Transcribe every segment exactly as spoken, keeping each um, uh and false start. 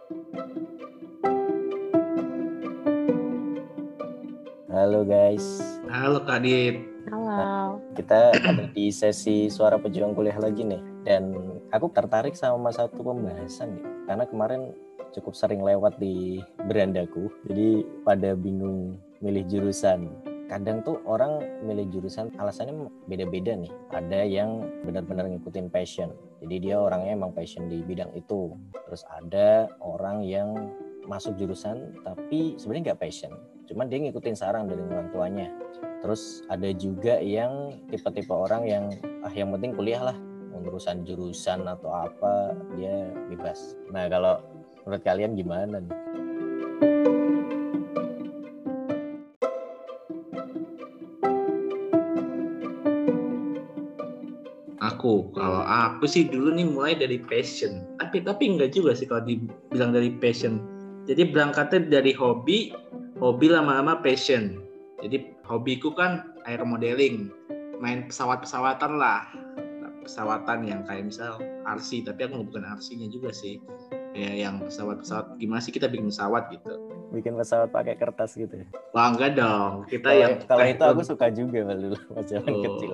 Halo guys. Halo Kak Dit. Halo. Kita ada di sesi Suara Pejuang Kuliah lagi nih. Dan aku tertarik sama satu pembahasan nih. Karena kemarin cukup sering lewat di berandaku. Jadi pada bingung milih jurusan. Kadang tuh orang milih jurusan alasannya beda-beda nih. Ada yang benar-benar ngikutin passion. Jadi dia orangnya emang passion di bidang itu. Terus ada orang yang masuk jurusan tapi sebenarnya nggak passion. Cuma dia ngikutin saran dari orang tuanya. Terus ada juga yang tipe-tipe orang yang ah yang penting kuliah lah, urusan jurusan atau apa dia bebas. Nah kalau menurut kalian gimana nih? Aku, kalau aku sih dulu nih mulai dari passion. Tapi tapi enggak juga sih kalau dibilang dari passion. Jadi berangkatnya dari hobi, hobi lama-lama passion. Jadi hobiku kan air modeling, main pesawat-pesawatan lah, pesawatan yang kayak misal R C, tapi aku bukan R C-nya juga sih, kayak yang pesawat-pesawat gimana sih kita bikin pesawat gitu. Bikin pesawat pakai kertas gitu ya? Wah enggak dong, kita Kalo, yang kalau itu aku suka juga dulu pas zaman oh. kecil.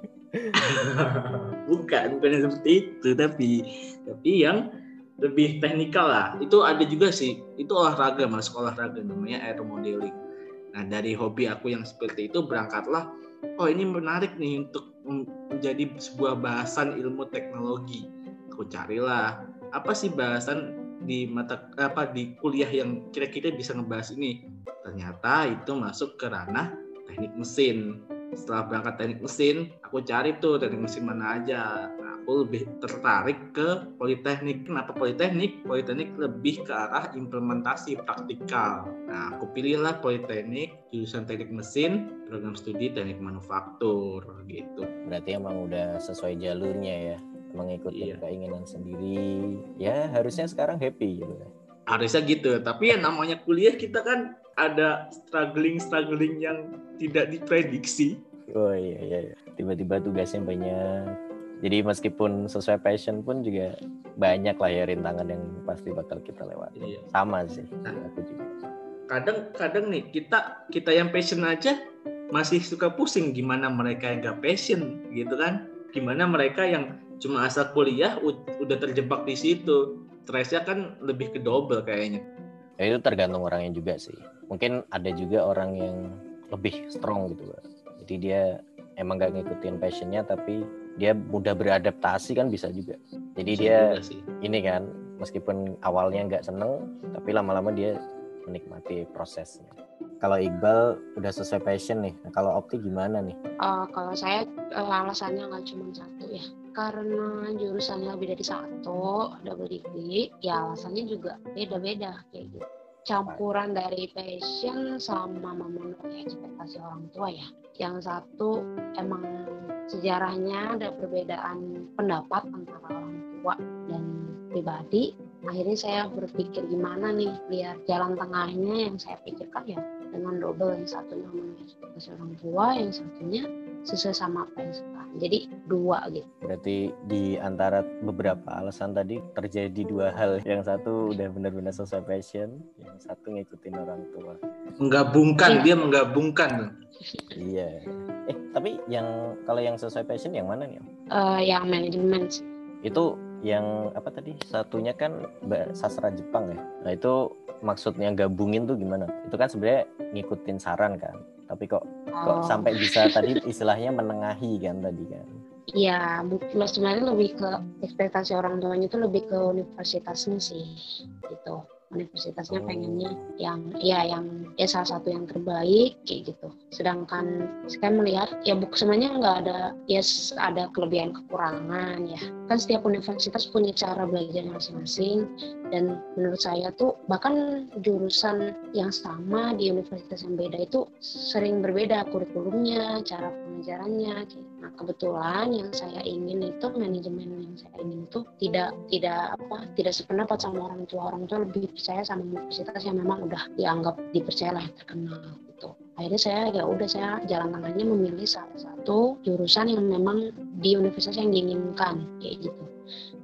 bukan bukan seperti itu, tapi tapi yang lebih teknikal lah. Itu ada juga sih, itu olahraga, masuk olahraga namanya air modeling. Nah dari hobi aku yang seperti itu berangkatlah, oh ini menarik nih untuk menjadi sebuah bahasan ilmu teknologi. Aku carilah apa sih bahasan di mata apa di kuliah yang kira-kira bisa ngebahas ini. Ternyata itu masuk ke ranah teknik mesin. Setelah berangkat teknik mesin, aku cari tuh teknik mesin mana aja. Nah, aku lebih tertarik ke politeknik. Kenapa politeknik? Politeknik lebih ke arah implementasi praktikal. Nah, aku pilihlah politeknik, jurusan teknik mesin, program studi teknik manufaktur gitu. Berarti emang udah sesuai jalurnya ya, mengikuti iya. keinginan sendiri. Ya harusnya sekarang happy gitu kan. Harusnya gitu, tapi yang namanya kuliah kita kan ada struggling-struggling yang tidak diprediksi. Oh iya, iya, iya. Tiba-tiba tugasnya banyak. Jadi meskipun sesuai passion pun juga banyak lah ya rintangan yang pasti bakal kita lewati. Iya. Sama sih, nah, aku juga. Kadang-kadang nih kita kita yang passion aja masih suka pusing gimana mereka yang gak passion gitu kan? Gimana mereka yang cuma asal kuliah udah terjebak di situ. Stresnya kan lebih ke double kayaknya. Ya itu tergantung orangnya juga sih. Mungkin ada juga orang yang lebih strong gitu kan. Jadi dia emang gak ngikutin passionnya tapi dia mudah beradaptasi kan bisa juga. Jadi bisa dia ini kan meskipun awalnya gak seneng tapi lama-lama dia menikmati prosesnya. Kalau Iqbal udah sesuai passion nih. Nah, kalau Opti gimana nih? Uh, kalau saya uh, alasannya nggak cuma satu ya. Karena jurusannya lebih dari satu, double degree, ya alasannya juga beda-beda kayak gitu. Campuran dari passion sama memenuhi ekspektasi orang tua ya. Yang satu emang sejarahnya ada perbedaan pendapat antara orang tua dan pribadi. Akhirnya saya berpikir gimana nih biar jalan tengahnya yang saya pikirkan ya dengan double, yang satunya memenuhi ekspektasi orang tua, yang satunya sesuai sama apa yang suka. Jadi dua gitu. Berarti di antara beberapa alasan tadi terjadi dua hal. Yang satu udah benar-benar sesuai passion, yang satu ngikutin orang tua. Menggabungkan, dia menggabungkan. Iya. Eh tapi yang kalau yang sesuai passion yang mana nih? Uh, yang manajemen. Itu yang apa tadi? Satunya kan sastra Jepang ya. Nah itu maksudnya gabungin tuh gimana? Itu kan sebenarnya ngikutin saran kan. Tapi kok oh. kok sampai bisa tadi istilahnya menengahi kan tadi kan. Iya, sebenarnya lebih ke ekspektasi orang tuanya itu lebih ke universitasnya sih gitu. Universitasnya oh. pengennya yang ya yang ya salah satu yang terbaik kayak gitu. Sedangkan saya melihat ya buku sebenarnya nggak ada ya ada kelebihan kekurangan ya. Kan setiap universitas punya cara belajar masing-masing dan menurut saya tuh bahkan jurusan yang sama di universitas yang beda itu sering berbeda kurikulumnya, cara pengajarannya. Nah kebetulan yang saya ingin itu manajemen yang saya ingin itu tidak tidak apa tidak sependapat sama orang tua. Orang tua lebih percaya sama universitas yang memang udah dianggap dipercaya lah terkenal gitu. Akhirnya saya ya udah saya jalan tengahnya memilih salah satu jurusan yang memang di universitas yang diinginkan kayak gitu.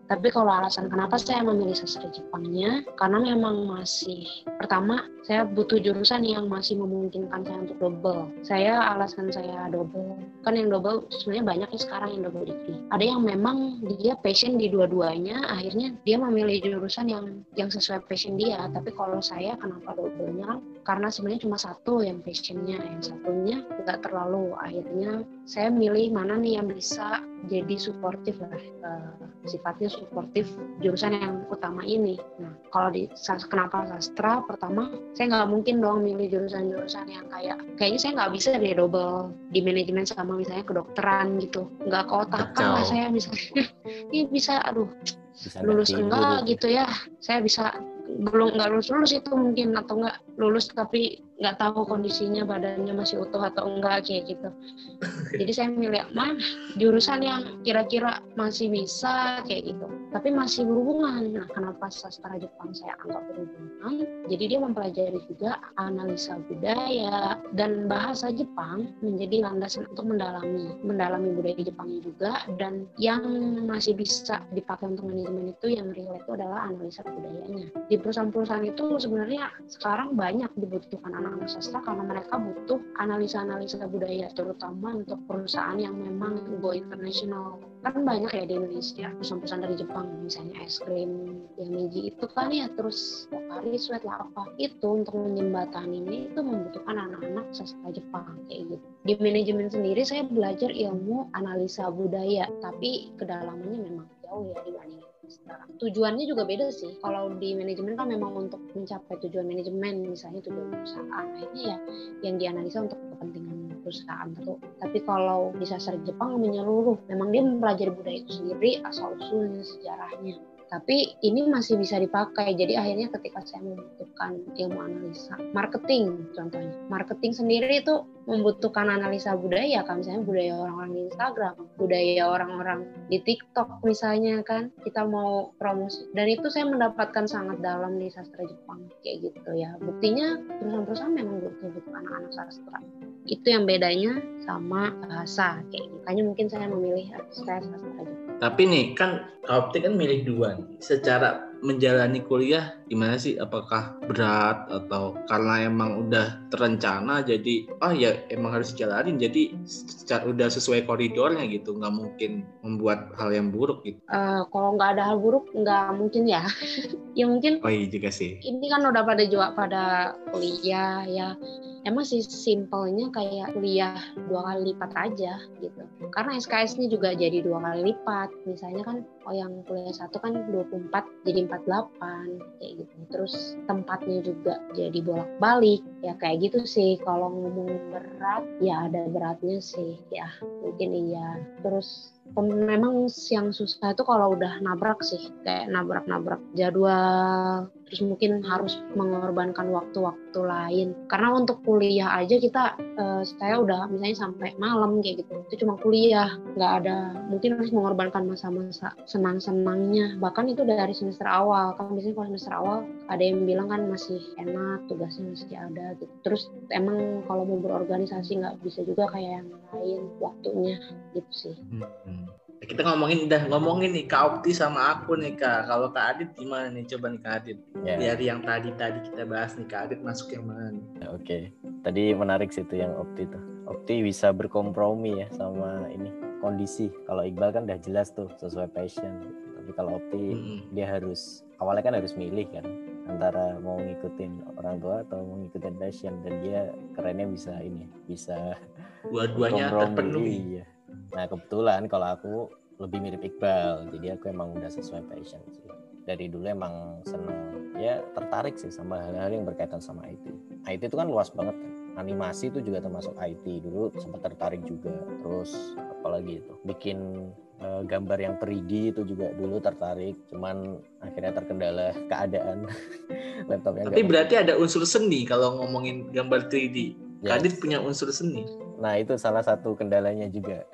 Tapi kalau alasan kenapa saya memilih sastra Jepangnya, karena memang masih, pertama saya butuh jurusan yang masih memungkinkan saya untuk double. Saya alasan saya double, kan yang double sebenarnya banyak ya sekarang yang double degree. Ada yang memang dia passion di dua-duanya, akhirnya dia memilih jurusan yang yang sesuai passion dia. Tapi kalau saya kenapa double-nya? Karena sebenarnya cuma satu yang passionnya, yang satunya nggak terlalu. Akhirnya saya milih mana nih yang bisa jadi suportif lah, uh, sifatnya suportif jurusan yang utama ini. Nah, kalau di kenapa sastra, pertama saya nggak mungkin dong milih jurusan-jurusan yang kayak kayaknya saya nggak bisa deh double di manajemen sama misalnya kedokteran gitu, nggak keotakan lah saya misalnya. Ini bisa, aduh, bisa lulus enggak gitu ya, saya bisa belum nggak lulus lulus itu mungkin, atau nggak lulus tapi nggak tahu kondisinya badannya masih utuh atau enggak kayak gitu. Jadi saya milih mana jurusan yang kira-kira masih bisa kayak gitu, tapi masih berhubungan. Nah, kenapa sastra Jepang saya anggap berhubungan? Jadi dia mempelajari juga analisa budaya dan bahasa Jepang menjadi landasan untuk mendalami mendalami budaya Jepangnya juga. Dan yang masih bisa dipakai untuk manajemen itu yang relate itu adalah analisa budayanya. Di perusahaan-perusahaan itu sebenarnya sekarang banyak dibutuhkan anak-anak sastra karena mereka butuh analisa-analisa budaya, terutama untuk perusahaan yang memang go international. Kan banyak ya di Indonesia perusahaan-perusahaan dari Jepang, misalnya es krim yang Meiji itu kan ya, terus Pocari Sweat lah apa itu, untuk menjembatani ini itu membutuhkan anak-anak sastra Jepang kayak gitu. Di manajemen sendiri saya belajar ilmu analisa budaya, tapi kedalamannya memang jauh ya dibanding sastra. Tujuannya juga beda sih. Kalau di manajemen kan memang untuk mencapai tujuan manajemen, misalnya tujuan perusahaan, akhirnya ya yang dianalisa untuk kepentingan perusahaan itu. Tapi kalau di sastra Jepang menyeluruh, memang dia mempelajari budaya itu sendiri, asal usulnya, sejarahnya. Tapi ini masih bisa dipakai. Jadi akhirnya ketika saya membutuhkan ilmu analisa marketing, contohnya marketing sendiri itu membutuhkan analisa budaya kan, misalnya budaya orang-orang di Instagram, budaya orang-orang di TikTok misalnya kan, kita mau promosi, dan itu saya mendapatkan sangat dalam di sastra Jepang kayak gitu ya. Buktinya perusahaan-perusahaan memang butuh-butuh anak-anak sastra. Itu yang bedanya sama bahasa kayak gitu. Makanya mungkin saya memilih saya sastra Jepang. Tapi nih kan Kak Opti kan milih dua nih. Secara menjalani kuliah gimana sih? Apakah berat atau karena emang udah terencana jadi oh ya emang harus jalanin, jadi secara udah sesuai koridornya gitu, nggak mungkin membuat hal yang buruk gitu? Uh, kalau nggak ada hal buruk nggak mungkin ya. Ya mungkin. Oh iya juga sih. Ini kan udah pada juga pada kuliah ya. Emang sih simpelnya kayak kuliah dua kali lipat aja gitu. Karena S K S-nya juga jadi dua kali lipat. Misalnya kan oh yang kuliah satu kan dua puluh empat jadi empat puluh delapan kayak gitu. Terus tempatnya juga jadi bolak-balik. Ya kayak gitu sih. Kalau ngomong berat ya ada beratnya sih ya. Mungkin iya. Terus memang yang susah itu kalau udah nabrak sih, kayak nabrak-nabrak jadwal, terus mungkin harus mengorbankan waktu-waktu lain. Karena untuk kuliah aja kita, eh, saya udah misalnya sampai malam kayak gitu, itu cuma kuliah, nggak ada, mungkin harus mengorbankan masa-masa senang-senangnya. Bahkan itu dari semester awal, kan biasanya kalau semester awal ada yang bilang kan masih enak, tugasnya masih ada gitu. Terus emang kalau mau berorganisasi nggak bisa juga kayak yang lain waktunya gitu sih. Hmm. Kita ngomongin udah ngomongin nih Kak Opti sama aku nih Kak. Kalau Kak Adit gimana nih? Coba nih Kak Adit. Yeah. Dari yang tadi-tadi kita bahas nih Kak Adit masuk yang mana nih? Oke. Okay. Tadi menarik sih itu yang Opti tuh. Opti bisa berkompromi ya sama ini kondisi. Kalau Iqbal kan udah jelas tuh sesuai passion. Tapi kalau Opti mm-hmm. dia harus awalnya kan harus milih kan antara mau ngikutin orang tua atau mau ngikutin passion, dan dia kerennya bisa ini bisa dua-duanya terpenuhi. Iya. Nah kebetulan kalau aku lebih mirip Iqbal, jadi aku emang udah sesuai passion sih. Dari dulu emang seneng, ya tertarik sih sama hal-hal yang berkaitan sama I T. I T itu kan luas banget kan, animasi itu juga termasuk I T. Dulu sempat tertarik juga, terus apalagi itu, bikin uh, gambar yang tiga D itu juga dulu tertarik, cuman akhirnya terkendala keadaan laptopnya. Tapi berarti ada unsur seni kalau ngomongin gambar tiga D. Yes. Kadit punya unsur seni. Nah itu salah satu kendalanya juga.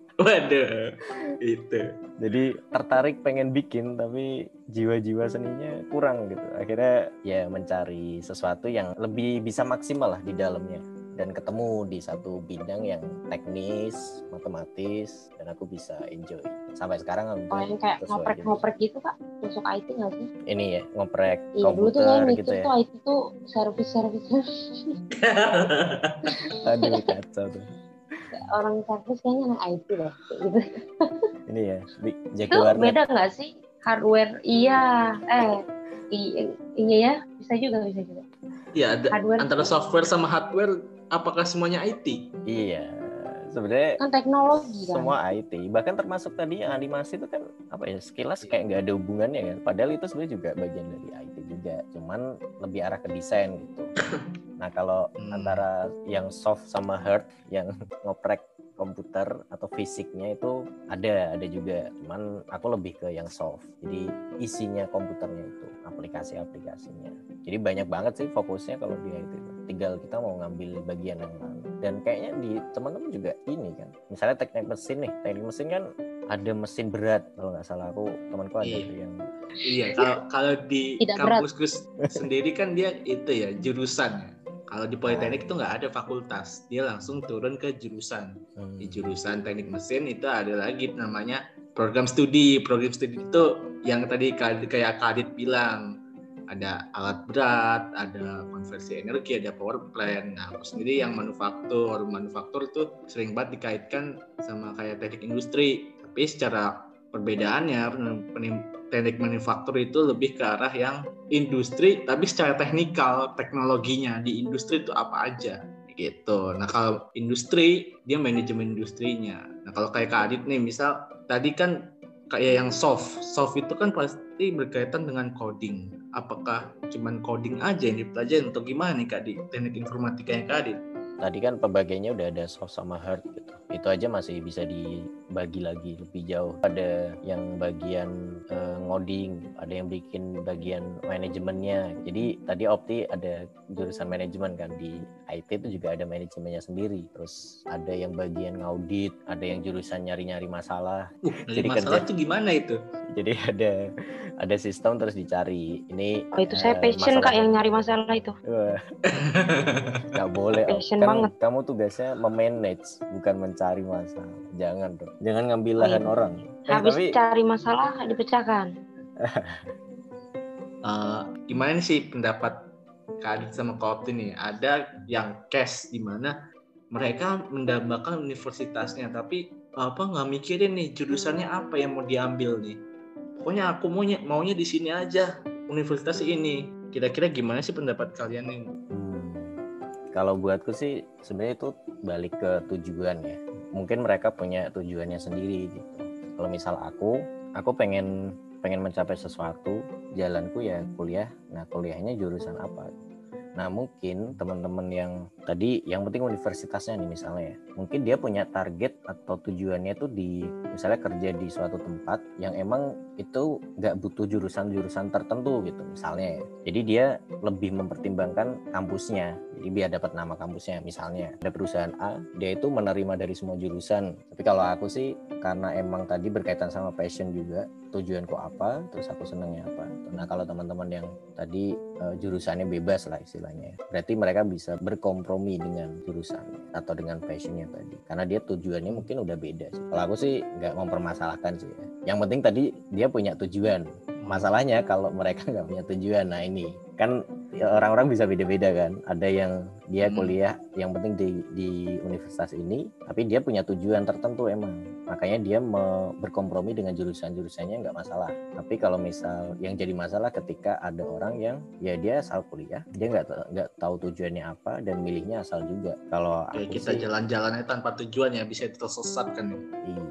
Waduh, itu. Jadi tertarik pengen bikin, tapi jiwa-jiwa seninya kurang gitu. Akhirnya ya mencari sesuatu yang lebih bisa maksimal lah di dalamnya. Dan ketemu di satu bidang yang teknis, matematis, dan aku bisa enjoy. sampai sekarang Kalau alhamdulillah yang kayak sesuai jurusan. ngoprek-ngoprek gitu Kak, masuk I T nggak sih? Ini ya ngoprek Iya dulu tuh saya komputer mikir gitu ya. tuh I T tuh service-service Aduh kacau tuh. orang service kayaknya anak I T deh kayak gitu. Ini ya di- Itu Jaki Warnet. beda nggak sih hardware? Iya, eh i- iya ya, bisa juga bisa juga. Ya, ada Hardware antara tuh software sama hardware, apakah semuanya I T? Iya, sebenarnya kan teknologi kan. semua I T, bahkan termasuk tadi yang animasi itu kan apa ya, sekilas kayak nggak ada hubungannya kan, padahal itu sebenarnya juga bagian dari I T juga, cuman lebih arah ke desain gitu. Nah kalau Hmm. antara yang soft sama hard, yang ngoprek komputer atau fisiknya itu ada ada juga, cuman aku lebih ke yang soft, jadi isinya komputernya itu aplikasi-aplikasinya. Jadi banyak banget sih fokusnya kalau di I T itu, tinggal kita mau ngambil bagian yang mana. Dan kayaknya di teman-teman juga ini kan, misalnya teknik mesin nih, teknik mesin kan ada mesin berat kalau nggak salah, aku temanku ada Iya. tuh yang Iya, kalau kalau di Tidak kampusku sendiri kan dia itu ya jurusan. Kalau di Politeknik itu nggak ada fakultas, dia langsung turun ke jurusan. hmm. Di jurusan teknik mesin itu ada lagi namanya program studi. Program studi itu yang tadi kayak Kadit bilang, ada alat berat, ada konversi energi, ada power plant. Nah, aku sendiri yang manufaktur. Manufaktur itu sering banget dikaitkan sama kayak teknik industri. Tapi secara perbedaannya, teknik manufaktur itu lebih ke arah yang industri, tapi secara teknikal, teknologinya di industri itu apa aja gitu. Nah kalau industri, dia manajemen industrinya. Nah kalau kayak Kak Adit nih, misal tadi kan kayak yang soft, soft itu kan pasti berkaitan dengan coding. Apakah cuman coding aja yang dipelajari atau gimana nih Kak di teknik informatika yang Kak Adit? Tadi kan pembagiannya udah ada soft sama hard gitu. Itu aja masih bisa dibagi lagi lebih jauh. Ada yang bagian uh, ngoding, ada yang bikin bagian manajemennya. Jadi tadi Opti ada jurusan manajemen kan, di I T itu juga ada manajemennya sendiri. Terus ada yang bagian ngaudit, ada yang jurusan nyari-nyari masalah. Uh, dari Jadi masalah kerja, tuh gimana itu? Jadi ada ada sistem terus dicari. Ini Oh itu saya uh, passion Kak yang masalahnya. nyari masalah itu. Wah. Nggak boleh, Passion kan banget. kamu tugasnya memanage bukan mencari masalah. Jangan dong, jangan ngambil Oh, lahan iya. orang. Eh, Habis tapi cari masalah dipecahkan. uh, gimana sih pendapat Kak Adit sama Kak Opti nih? Ada yang case di mana mereka mendambakan universitasnya, tapi apa nggak mikirin nih jurusannya apa yang mau diambil nih. Pokoknya aku maunya maunya di sini aja, universitas ini. Kira-kira gimana sih pendapat kalian nih? hmm, kalau buatku sih sebenarnya itu balik ke tujuan ya. Mungkin mereka punya tujuannya sendiri gitu. Kalau misal aku, aku pengen pengen mencapai sesuatu, jalanku ya kuliah. Nah kuliahnya jurusan apa? Nah mungkin teman-teman yang tadi yang penting universitasnya nih misalnya ya, mungkin dia punya target atau tujuannya tuh di misalnya kerja di suatu tempat yang emang itu nggak butuh jurusan-jurusan tertentu gitu misalnya ya. Jadi dia lebih mempertimbangkan kampusnya, jadi biar dapat nama kampusnya. Misalnya ada perusahaan A, dia itu menerima dari semua jurusan. Tapi kalau aku sih karena emang tadi berkaitan sama passion juga, tujuanku apa, terus aku senangnya apa. Nah kalau teman-teman yang tadi uh, jurusannya bebas lah istilahnya, berarti mereka bisa berkompromi dengan jurusan atau dengan passionnya tadi, karena dia tujuannya mungkin udah beda sih. Kalau aku sih nggak mempermasalahkan sih ya. Yang penting tadi dia punya tujuan. Masalahnya kalau mereka nggak punya tujuan, nah ini kan ya orang-orang bisa beda-beda kan. Ada yang dia kuliah yang penting di, di universitas ini, tapi dia punya tujuan tertentu emang. Makanya dia me- berkompromi dengan jurusan-jurusannya nggak masalah. Tapi kalau misal yang jadi masalah ketika ada orang yang ya dia asal kuliah, dia nggak nggak tahu tujuannya apa dan milihnya asal juga. Kalau Kayak aku kita sih, jalan-jalannya tanpa tujuan ya bisa tersesat kan. iya.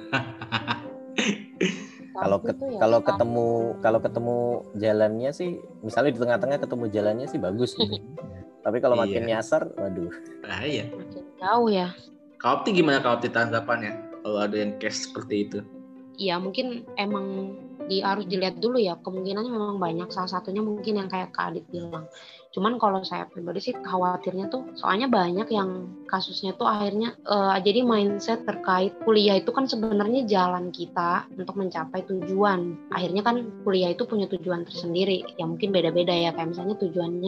Kalau ke, ya, kalau ketemu kalau ketemu jalannya sih, misalnya di tengah-tengah ketemu jalannya sih bagus gitu. Tapi kalau Iya. makin nyasar, waduh. Bahaya. makin jauh ya. Kak Opti gimana Kak Opti tanggapannya kalau ada yang case seperti itu? Ya mungkin emang di, harus dilihat dulu ya, kemungkinannya memang banyak, salah satunya mungkin yang kayak Kak Adit bilang. Cuman kalau saya pribadi sih khawatirnya tuh soalnya banyak yang kasusnya tuh akhirnya uh, jadi mindset terkait kuliah itu kan sebenarnya jalan kita untuk mencapai tujuan. Akhirnya kan kuliah itu punya tujuan tersendiri yang mungkin beda-beda ya, kayak misalnya tujuannya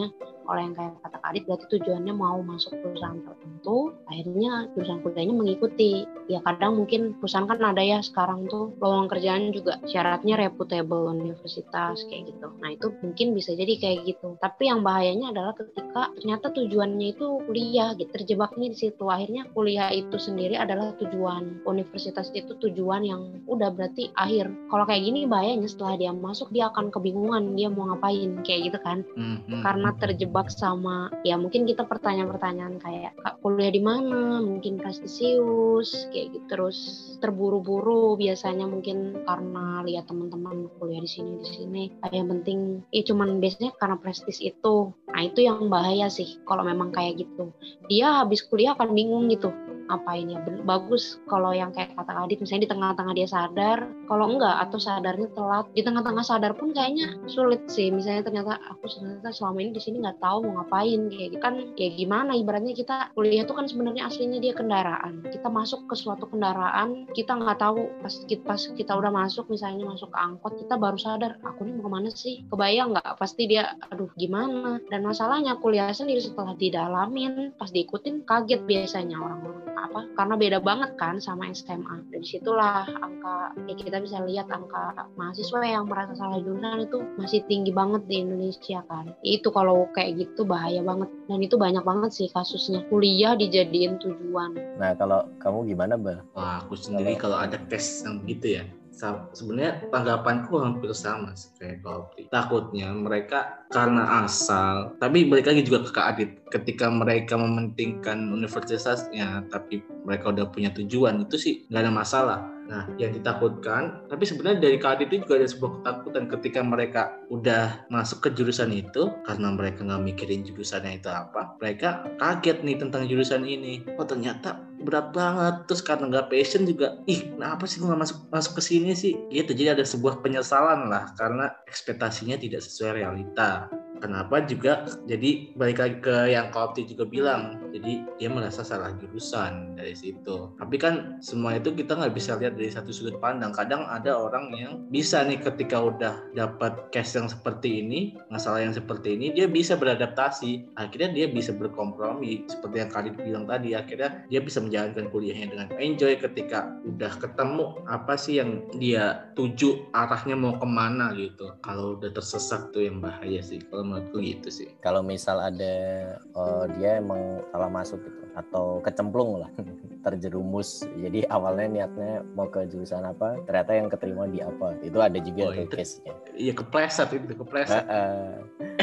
Kalau yang kayak kata Kak Adit berarti tujuannya mau masuk perusahaan tertentu, akhirnya jurusan kuliahnya mengikuti. Ya kadang mungkin perusahaan kan ada ya sekarang tuh lowongan kerjaan juga syaratnya reputable universitas kayak gitu. Nah itu mungkin bisa jadi kayak gitu. Tapi yang bahayanya adalah ketika ternyata tujuannya itu kuliah gitu, terjebaknya di situ. Akhirnya kuliah itu sendiri adalah tujuan, universitas itu tujuan yang udah berarti akhir. Kalau kayak gini bahayanya setelah dia masuk dia akan kebingungan dia mau ngapain kayak gitu kan. Mm-hmm. Karena terjebak sama ya mungkin kita pertanyaan-pertanyaan kayak kuliah di mana, mungkin prestisius kayak gitu, terus terburu-buru biasanya mungkin karena lihat teman-teman kuliah di sini di sini yang penting eh cuman biasanya karena prestis itu. Nah itu yang bahaya sih kalau memang kayak gitu, dia habis kuliah akan bingung gitu apain ya. Bagus kalau yang kayak kata Adit misalnya di tengah-tengah dia sadar, kalau enggak atau sadarnya telat, di tengah-tengah sadar pun kayaknya sulit sih. Misalnya ternyata aku ternyata selama ini di sini nggak tahu mau ngapain kayak gitu kan, ya gimana ibaratnya kita kuliah itu kan sebenarnya aslinya dia kendaraan, kita masuk ke suatu kendaraan kita nggak tahu, pas kita, pas kita udah masuk misalnya masuk ke angkot kita baru sadar aku ini mau kemana sih, kebayang nggak, pasti dia aduh gimana. Dan masalahnya kuliah sendiri setelah didalamin pas diikutin kaget biasanya orang-orang apa karena beda banget kan sama S M A. Dari situlah angka ya kita bisa lihat angka mahasiswa yang merasa salah jurusan itu masih tinggi banget di Indonesia kan. Itu kalau kayak gitu bahaya banget, dan itu banyak banget sih kasusnya kuliah dijadiin tujuan. Nah kalau kamu gimana, Bal? Wah, aku sendiri kalau, kalau ada case yang begitu ya, sebenarnya tanggapanku hampir sama sih kayak Kopri. Takutnya mereka karena asal, tapi balik lagi juga ke Kak Adit, ketika mereka mementingkan universitasnya tapi mereka udah punya tujuan, itu sih nggak ada masalah. Nah, yang ditakutkan, tapi sebenarnya dari Kak Adit itu juga ada sebuah ketakutan ketika mereka udah masuk ke jurusan itu, karena mereka nggak mikirin jurusannya itu apa, mereka kaget nih tentang jurusan ini. Oh ternyata berat banget, terus karena nggak passion juga, ih kenapa sih gue nggak masuk masuk ke sini sih? Gitu, jadi ada sebuah penyesalan lah karena ekspektasinya tidak sesuai realita. Kenapa juga jadi balik lagi ke yang Kopti juga bilang, jadi dia merasa salah jurusan dari situ. Tapi kan semua itu kita nggak bisa lihat dari satu sudut pandang. Kadang ada orang yang bisa nih ketika udah dapat case yang seperti ini, masalah yang seperti ini, dia bisa beradaptasi. Akhirnya dia bisa berkompromi seperti yang Khalid bilang tadi. Akhirnya dia bisa menjalankan kuliahnya dengan enjoy ketika udah ketemu apa sih yang dia tuju, arahnya mau kemana gitu. Kalau udah tersesat tuh yang bahaya sih. Kalau menurutku gitu sih. Kalau misal ada oh, dia emang salah masuk gitu atau kecemplung lah terjerumus, jadi awalnya niatnya mau ke jurusan apa, ternyata yang keterima di apa, itu ada juga oh, tuh case-nya. Iya kepleset itu kepleset. Uh, uh.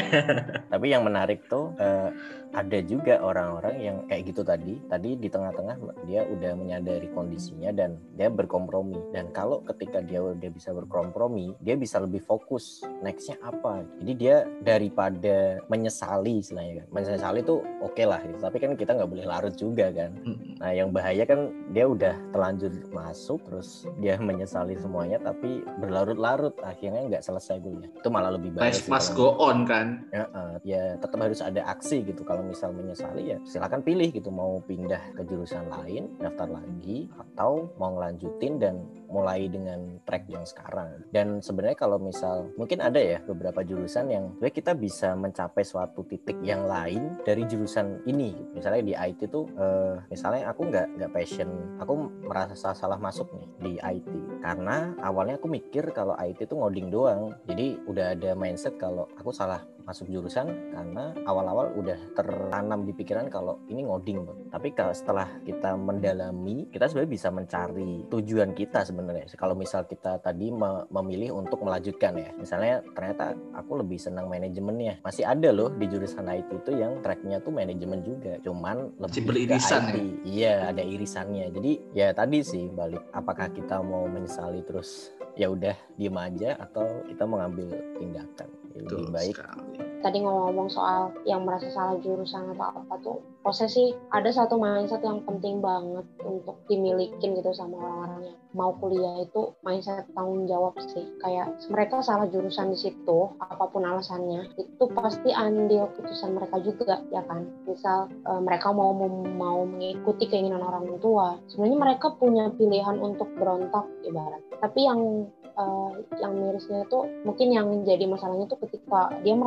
Tapi yang menarik tuh uh, ada juga orang-orang yang kayak gitu tadi tadi di tengah-tengah dia udah menyadari kondisinya dan dia berkompromi, dan kalau ketika dia udah bisa berkompromi dia bisa lebih fokus nextnya apa. Jadi dia daripada menyesali istilahnya kan, menyesali tuh oke okay lah gitu. Tapi kan kita nggak boleh larut juga kan. Nah yang bahaya kan dia udah terlanjur masuk terus dia menyesali semuanya tapi berlarut-larut akhirnya nggak selesai kuliah, itu malah lebih bahaya. Life must go on kan. Ya, uh, ya tetap harus ada aksi gitu. Kalau misal menyesali ya silakan pilih gitu, mau pindah ke jurusan lain, daftar lagi, atau mau ngelanjutin dan mulai dengan track yang sekarang. Dan sebenarnya kalau misal mungkin ada ya beberapa jurusan yang sebenarnya kita bisa mencapai suatu titik yang lain dari jurusan ini. Misalnya di I T tuh uh, misalnya aku nggak nggak passion, aku merasa salah masuk nih di I T karena awalnya aku mikir kalau I T tuh ngoding doang. Jadi udah ada mindset kalau aku salah masuk jurusan karena awal-awal udah tertanam di pikiran kalau ini ngoding. Tapi kalau setelah kita mendalami, kita sebenarnya bisa mencari tujuan kita sebenarnya. Kalau misal kita tadi memilih untuk melanjutkan ya, misalnya ternyata aku lebih senang manajemennya, masih ada loh di jurusan I T itu yang tracknya tuh manajemen juga, cuman lebih beririsan ke I T. Ya? Iya, ada irisannya. Jadi ya tadi sih balik, apakah kita mau menyesali terus ya udah diem aja atau kita mengambil tindakan. Lebih baik. Tadi ngomong-ngomong soal yang merasa salah jurusan atau apa tuh, posisi ada satu mindset yang penting banget untuk dimilikin gitu sama orang-orang yang mau kuliah, itu mindset tanggung jawab sih. Kayak mereka salah jurusan di situ, apapun alasannya, itu pasti andil keputusan mereka juga, ya kan. Misal e, mereka mau mau mengikuti keinginan orang tua, sebenarnya mereka punya pilihan untuk berontak ibarat. Tapi yang Uh, yang mirisnya itu mungkin yang jadi masalahnya itu ketika dia merasa salah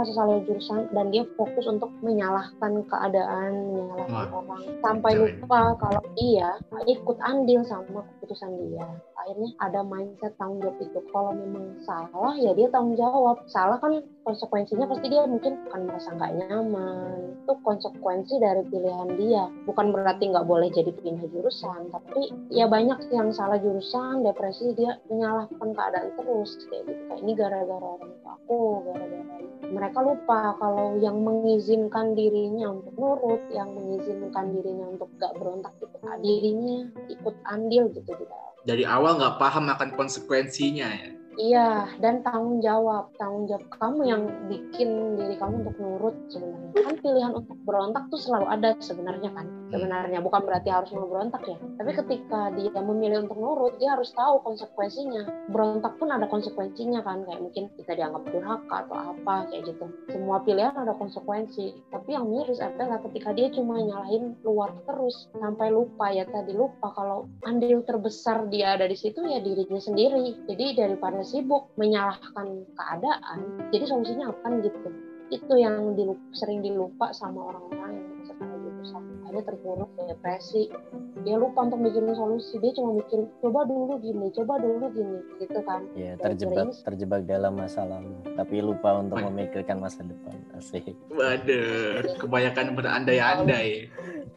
jurusan dan dia fokus untuk menyalahkan keadaan, menyalahkan Wah, orang sampai kacau ya. lupa kalau dia ikut andil sama keputusan dia. Akhirnya ada mindset tanggung jawab itu. Kalau memang salah ya dia tanggung jawab. Salah kan konsekuensinya pasti dia mungkin akan merasa nggak nyaman. Itu konsekuensi dari pilihan dia. Bukan berarti nggak boleh jadi pindah jurusan, tapi ya banyak yang salah jurusan, depresi, dia menyalahkan keadaan terus kayak gitu. Kayak ini gara-gara orang tua aku, gara-gara mereka lupa kalau yang mengizinkan dirinya untuk nurut, yang mengizinkan dirinya untuk gak berontak itu dirinya ikut andil gitu di dalam. Dari awal nggak paham akan konsekuensinya ya. Iya, dan tanggung jawab. Tanggung jawab kamu yang bikin diri kamu untuk nurut sebenarnya. Kan pilihan untuk berontak tuh selalu ada sebenarnya kan. Sebenarnya bukan berarti harus mau berontak ya. Tapi ketika dia memilih untuk nurut, dia harus tahu konsekuensinya. Berontak pun ada konsekuensinya kan. Kayak mungkin kita dianggap durhaka atau apa kayak gitu. Semua pilihan ada konsekuensi. Tapi yang miris adalah ketika dia cuma nyalahin luar terus sampai lupa ya tadi lupa kalau andil terbesar dia ada di situ ya dirinya sendiri. Jadi daripada sibuk menyalahkan keadaan, jadi solusinya apa gitu. Itu yang dilupa, sering dilupa sama orang-orang yang sekarang jurusan. Akhirnya terpuruk depresi. Dia lupa untuk bikin solusi. Dia cuma mikir coba dulu gini, coba dulu gini, gitu kan. Ya, terjebak terjebak dalam masa lalu, tapi lupa untuk memikirkan masa depan. Asik. Waduh, kebanyakan berandai-andai.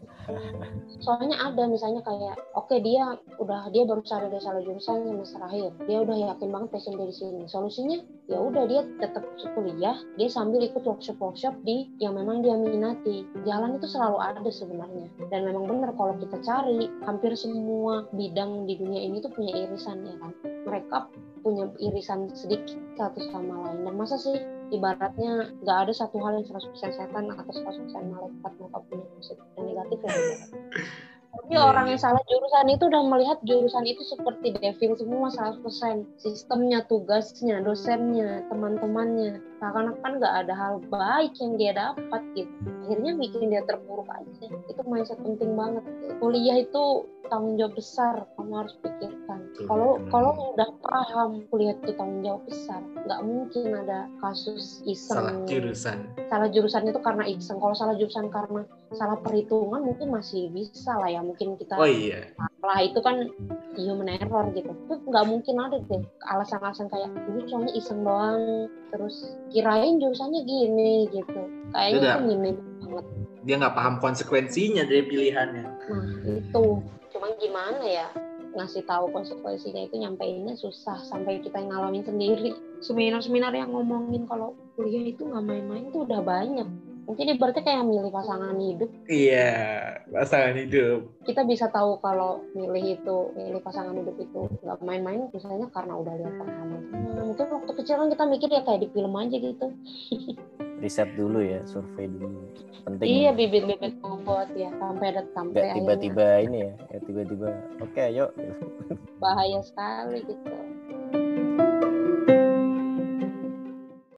Soalnya ada misalnya kayak oke okay, dia udah dia baru sadar dia salah jurusan semester akhir, dia udah yakin banget passion dia di sini. Solusinya ya udah dia tetap kuliah, dia sambil ikut workshop workshop di yang memang dia minati. Jalan itu selalu ada sebenarnya, dan memang benar kalau kita cari hampir semua bidang di dunia ini tuh punya irisan ya kan. Mereka punya irisan sedikit satu sama lain. Dan masa sih ibaratnya nggak ada satu hal yang seratus persen setan atau seratus persen malaikat, mereka punya positif dan negatif ya. Tapi yeah, orang yang salah jurusan itu udah melihat jurusan itu seperti devil semua seratus persen. Sistemnya, tugasnya, dosennya, teman-temannya. Seakan-akan nggak ada hal baik yang dia dapat gitu. Akhirnya bikin dia terpuruk aja. Itu mindset penting banget. Kuliah itu tanggung jawab besar, kamu harus pikirkan. Kalau kalau udah paham kuliah itu tanggung jawab besar, nggak mungkin ada kasus iseng. Salah jurusan. Salah jurusan itu karena iseng. Kalau salah jurusan karena salah perhitungan mungkin masih bisa lah ya. Mungkin kita oh iya. salah itu kan human error gitu. Itu nggak mungkin ada deh alasan-alasan kayak ini soalnya iseng doang. Terus kirain jurusannya gini gitu. Kayaknya itu gini banget. Dia nggak paham konsekuensinya dari pilihannya. Nah itu. Cuman gimana ya ngasih tahu konsekuensinya itu nyampeinnya susah sampai kita yang ngalamin sendiri. Seminar-seminar yang ngomongin kalau kuliah itu nggak main-main tuh udah banyak. Mungkin ibaratnya kayak milih pasangan hidup. Iya, pasangan hidup. Kita bisa tahu kalau milih itu, milih pasangan hidup itu nggak main-main, misalnya karena udah lihat pengalaman. Nah, mungkin waktu kecil kan kita mikir ya kayak di film aja gitu. Riset dulu ya, survei dulu. Penting. Iya, bibit-bibit bobot ya, sampai ada sampai Gak tiba-tiba akhirnya. ini ya, ya tiba-tiba oke okay, ayo. Bahaya sekali gitu.